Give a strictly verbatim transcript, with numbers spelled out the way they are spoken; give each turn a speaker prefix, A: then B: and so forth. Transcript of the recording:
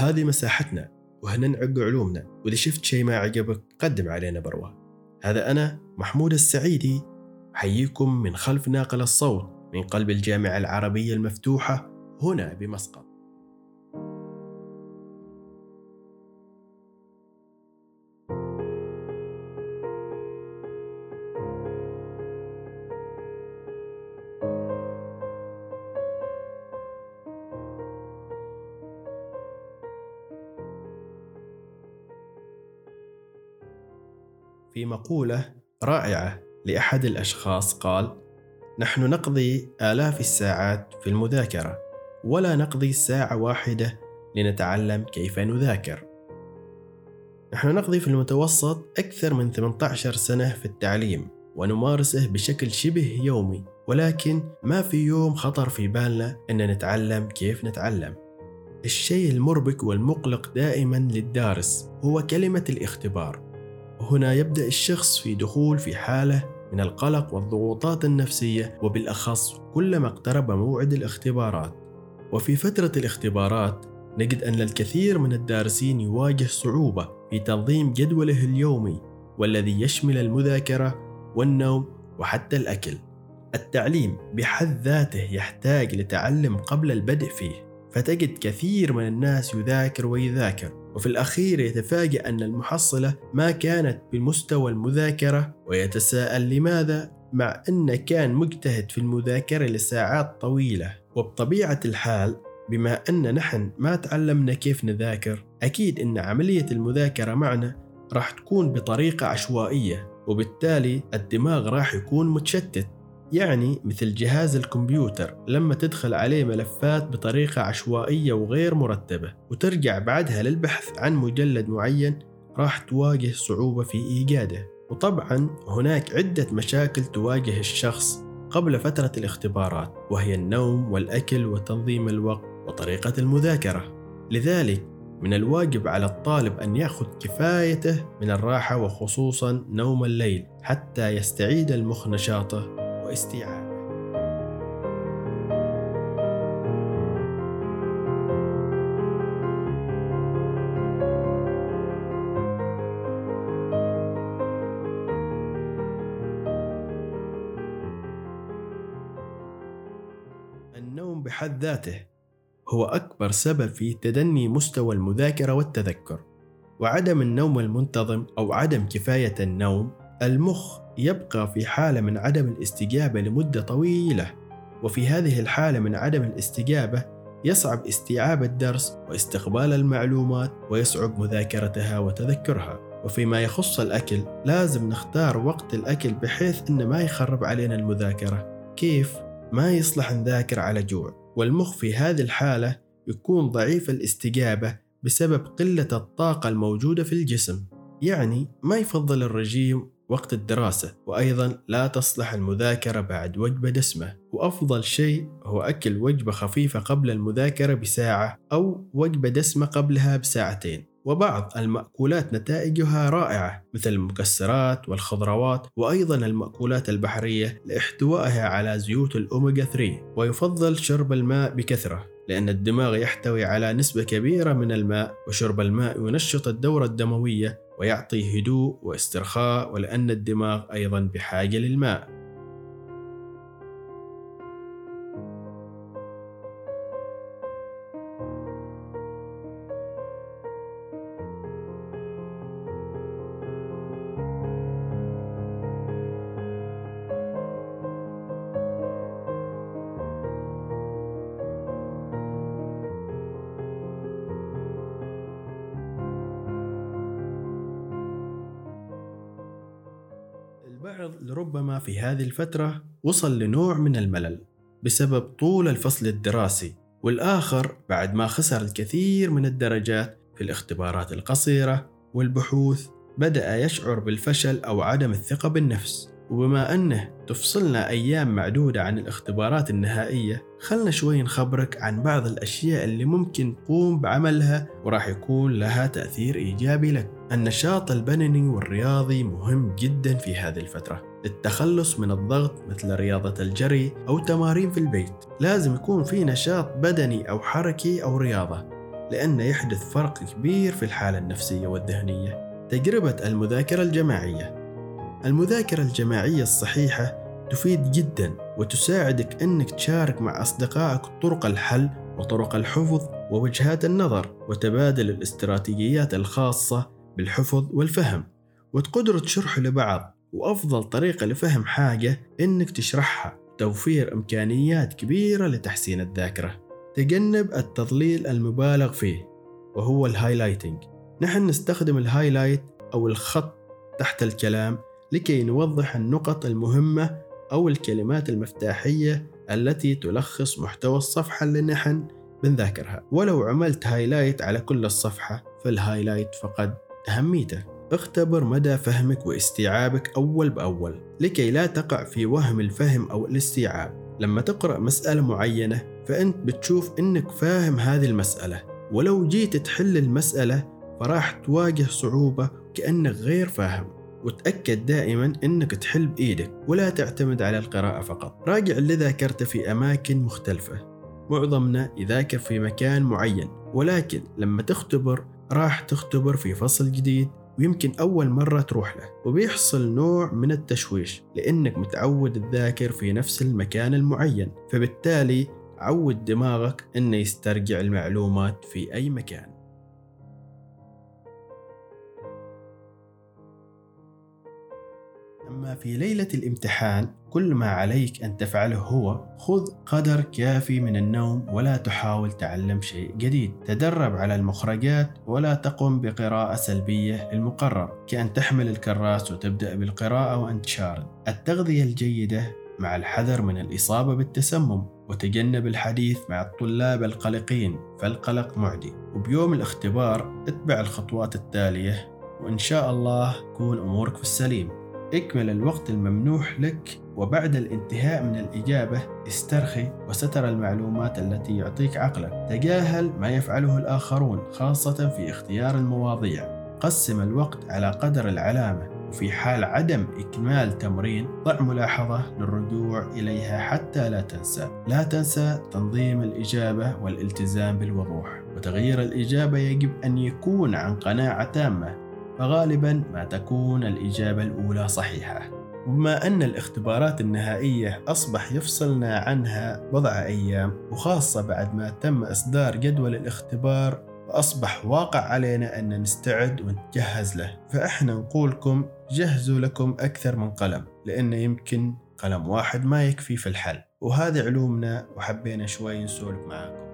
A: وهذه مساحتنا، وهنا نعق علومنا، وإذا شفت شيء ما عجبك قدم علينا بروه. هذا أنا محمود السعيدي، أحييكم من خلف ناقل الصوت من قلب الجامعة العربية المفتوحة هنا بمسقط. في مقولة رائعة لأحد الأشخاص قال: نحن نقضي آلاف الساعات في المذاكرة، ولا نقضي ساعة واحدة لنتعلم كيف نذاكر. نحن نقضي في المتوسط أكثر من ثمانية عشر سنة في التعليم، ونمارسه بشكل شبه يومي، ولكن ما في يوم خطر في بالنا أن نتعلم كيف نتعلم. الشيء المربك والمقلق دائما للدارس هو كلمة الاختبار، وهنا يبدأ الشخص في دخول في حالة من القلق والضغوطات النفسية، وبالأخص كلما اقترب موعد الاختبارات. وفي فترة الاختبارات نجد أن الكثير من الدارسين يواجه صعوبة في تنظيم جدوله اليومي، والذي يشمل المذاكرة والنوم وحتى الأكل. التعليم بحد ذاته يحتاج لتعلم قبل البدء فيه، فتجد كثير من الناس يذاكر ويذاكر، وفي الأخير يتفاجأ أن المحصلة ما كانت بمستوى المذاكرة، ويتساءل لماذا، مع أن كان مجتهد في المذاكرة لساعات طويلة. وبطبيعة الحال بما أن نحن ما تعلمنا كيف نذاكر، أكيد أن عملية المذاكرة معنا راح تكون بطريقة عشوائية، وبالتالي الدماغ راح يكون متشتت. يعني مثل جهاز الكمبيوتر لما تدخل عليه ملفات بطريقة عشوائية وغير مرتبة، وترجع بعدها للبحث عن مجلد معين، راح تواجه صعوبة في إيجاده. وطبعا هناك عدة مشاكل تواجه الشخص قبل فترة الاختبارات، وهي النوم والأكل وتنظيم الوقت وطريقة المذاكرة. لذلك من الواجب على الطالب أن يأخذ كفايته من الراحة، وخصوصا نوم الليل، حتى يستعيد المخ نشاطه واستيعابه. النوم بحد ذاته هو أكبر سبب في تدني مستوى المذاكرة والتذكر. وعدم النوم المنتظم أو عدم كفاية النوم، المخ يبقى في حالة من عدم الاستجابة لمدة طويلة، وفي هذه الحالة من عدم الاستجابة يصعب استيعاب الدرس واستقبال المعلومات، ويصعب مذاكرتها وتذكرها. وفيما يخص الأكل، لازم نختار وقت الأكل بحيث أن ما يخرب علينا المذاكرة. كيف؟ ما يصلح نذاكر على جوع، والمخ في هذه الحالة يكون ضعيف الاستجابة بسبب قلة الطاقة الموجودة في الجسم. يعني ما يفضل الرجيم وقت الدراسة، وأيضا لا تصلح المذاكرة بعد وجبة دسمة. وأفضل شيء هو أكل وجبة خفيفة قبل المذاكرة بساعة، أو وجبة دسمة قبلها بساعتين. وبعض المأكولات نتائجها رائعة مثل المكسرات والخضروات، وأيضا المأكولات البحرية لاحتوائها على زيوت الأوميغا ثلاثة. ويفضل شرب الماء بكثرة، لأن الدماغ يحتوي على نسبة كبيرة من الماء، وشرب الماء ينشط الدورة الدموية ويعطي هدوء واسترخاء، ولأن الدماغ أيضا بحاجة للماء. البعض لربما في هذه الفترة وصل لنوع من الملل بسبب طول الفصل الدراسي، والآخر بعد ما خسر الكثير من الدرجات في الاختبارات القصيرة والبحوث بدأ يشعر بالفشل أو عدم الثقة بالنفس. وبما أنه تفصلنا أيام معدودة عن الاختبارات النهائية، خلنا شوي نخبرك عن بعض الأشياء اللي ممكن تقوم بعملها وراح يكون لها تأثير إيجابي لك. النشاط البدني والرياضي مهم جدا في هذه الفترة للتخلص من الضغط، مثل رياضة الجري أو تمارين في البيت. لازم يكون في نشاط بدني أو حركي أو رياضة، لأن يحدث فرق كبير في الحالة النفسية والذهنية. تجربة المذاكرة الجماعية. المذاكرة الجماعية الصحيحة تفيد جدا وتساعدك أنك تشارك مع أصدقائك طرق الحل وطرق الحفظ ووجهات النظر وتبادل الاستراتيجيات الخاصة بالحفظ والفهم، وتقدروا تشرحوا لبعض. وأفضل طريقة لفهم حاجة إنك تشرحها، توفير إمكانيات كبيرة لتحسين الذاكرة. تجنب التضليل المبالغ فيه وهو الهايلايتنج. نحن نستخدم الهايلايت أو الخط تحت الكلام لكي نوضح النقط المهمة أو الكلمات المفتاحية التي تلخص محتوى الصفحة اللي نحن بنذاكرها. ولو عملت هايلايت على كل الصفحة فالهايلايت فقد أهميته. اختبر مدى فهمك واستيعابك أول بأول لكي لا تقع في وهم الفهم أو الاستيعاب. لما تقرأ مسألة معينة فأنت بتشوف إنك فاهم هذه المسألة، ولو جيت تحل المسألة فراح تواجه صعوبة كأنك غير فاهم. وتأكد دائما إنك تحل بإيدك ولا تعتمد على القراءة فقط. راجع اللي ذاكرته في أماكن مختلفة. معظمنا يذاكر في مكان معين، ولكن لما تختبر راح تختبر في فصل جديد ويمكن أول مرة تروح له، وبيحصل نوع من التشويش لأنك متعود تذاكر في نفس المكان المعين، فبالتالي عود دماغك إنه يسترجع المعلومات في أي مكان. أما في ليلة الامتحان كل ما عليك أن تفعله هو خذ قدر كافي من النوم ولا تحاول تعلم شيء جديد. تدرب على المخرجات ولا تقم بقراءة سلبية للمقرر، كأن تحمل الكراس وتبدأ بالقراءة وأنت شارد. التغذية الجيدة مع الحذر من الإصابة بالتسمم، وتجنب الحديث مع الطلاب القلقين فالقلق معدي. وبيوم الاختبار اتبع الخطوات التالية وإن شاء الله تكون أمورك في السليم. اكمل الوقت الممنوح لك، وبعد الانتهاء من الإجابة استرخي وستر المعلومات التي يعطيك عقلك. تجاهل ما يفعله الآخرون خاصة في اختيار المواضيع. قسم الوقت على قدر العلامة، وفي حال عدم إكمال تمرين ضع ملاحظة للرجوع إليها حتى لا تنسى. لا تنسى تنظيم الإجابة والالتزام بالوضوح، وتغيير الإجابة يجب أن يكون عن قناعة تامة، فغالبا ما تكون الإجابة الأولى صحيحة. وبما أن الاختبارات النهائية أصبح يفصلنا عنها بضع أيام، وخاصة بعد ما تم إصدار جدول الاختبار وأصبح واقع علينا أن نستعد ونتجهز له، فإحنا نقولكم جهزوا لكم أكثر من قلم، لأن يمكن قلم واحد ما يكفي في الحل. وهذه علومنا وحبينا شوي نسولف معاكم.